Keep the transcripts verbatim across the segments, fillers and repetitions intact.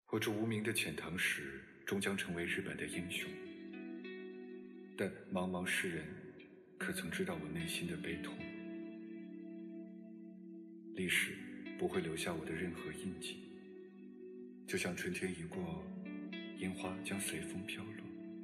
我这无名的遣唐使终将成为日本的英雄，但茫茫世人可曾知道我内心的悲痛？历史不会留下我的任何印记，就像春天一过，樱花将随风飘落，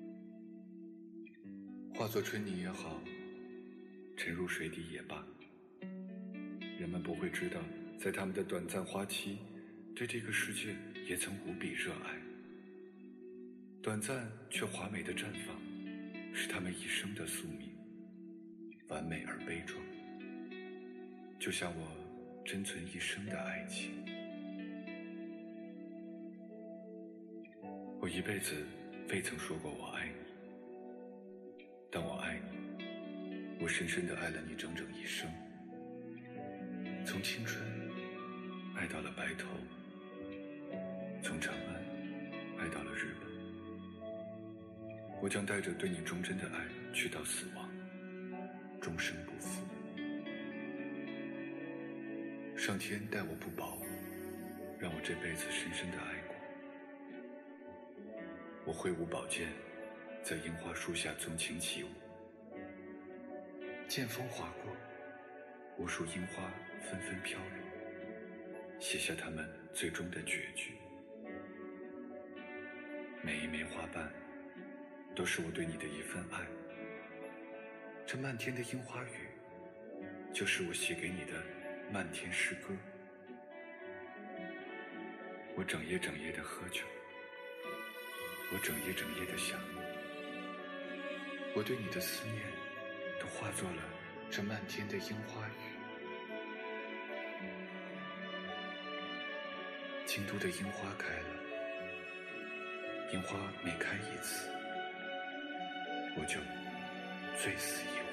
化作春泥也好，沉入水底也罢。人们不会知道，在他们的短暂花期，对这个世界也曾无比热爱。短暂却华美的绽放，是他们一生的宿命，完美而悲壮，就像我珍存一生的爱情。我一辈子未曾说过我爱你，但我爱你，我深深地爱了你整整一生，从青春爱到了白头，从长安爱到了日本。我将带着对你忠贞的爱去到死亡，终生不负。上天待我不薄，让我这辈子深深的爱过。我挥舞宝剑，在樱花树下纵情起舞，剑锋划过，无数樱花纷纷飘落，写下他们最终的绝句。每一枚花瓣都是我对你的一份爱，这漫天的樱花雨就是我写给你的漫天诗歌。我整夜整夜的喝酒，我整夜整夜的想你，我对你的思念都化作了这漫天的樱花雨。京都的樱花开了，樱花每开一次，我就醉死一回。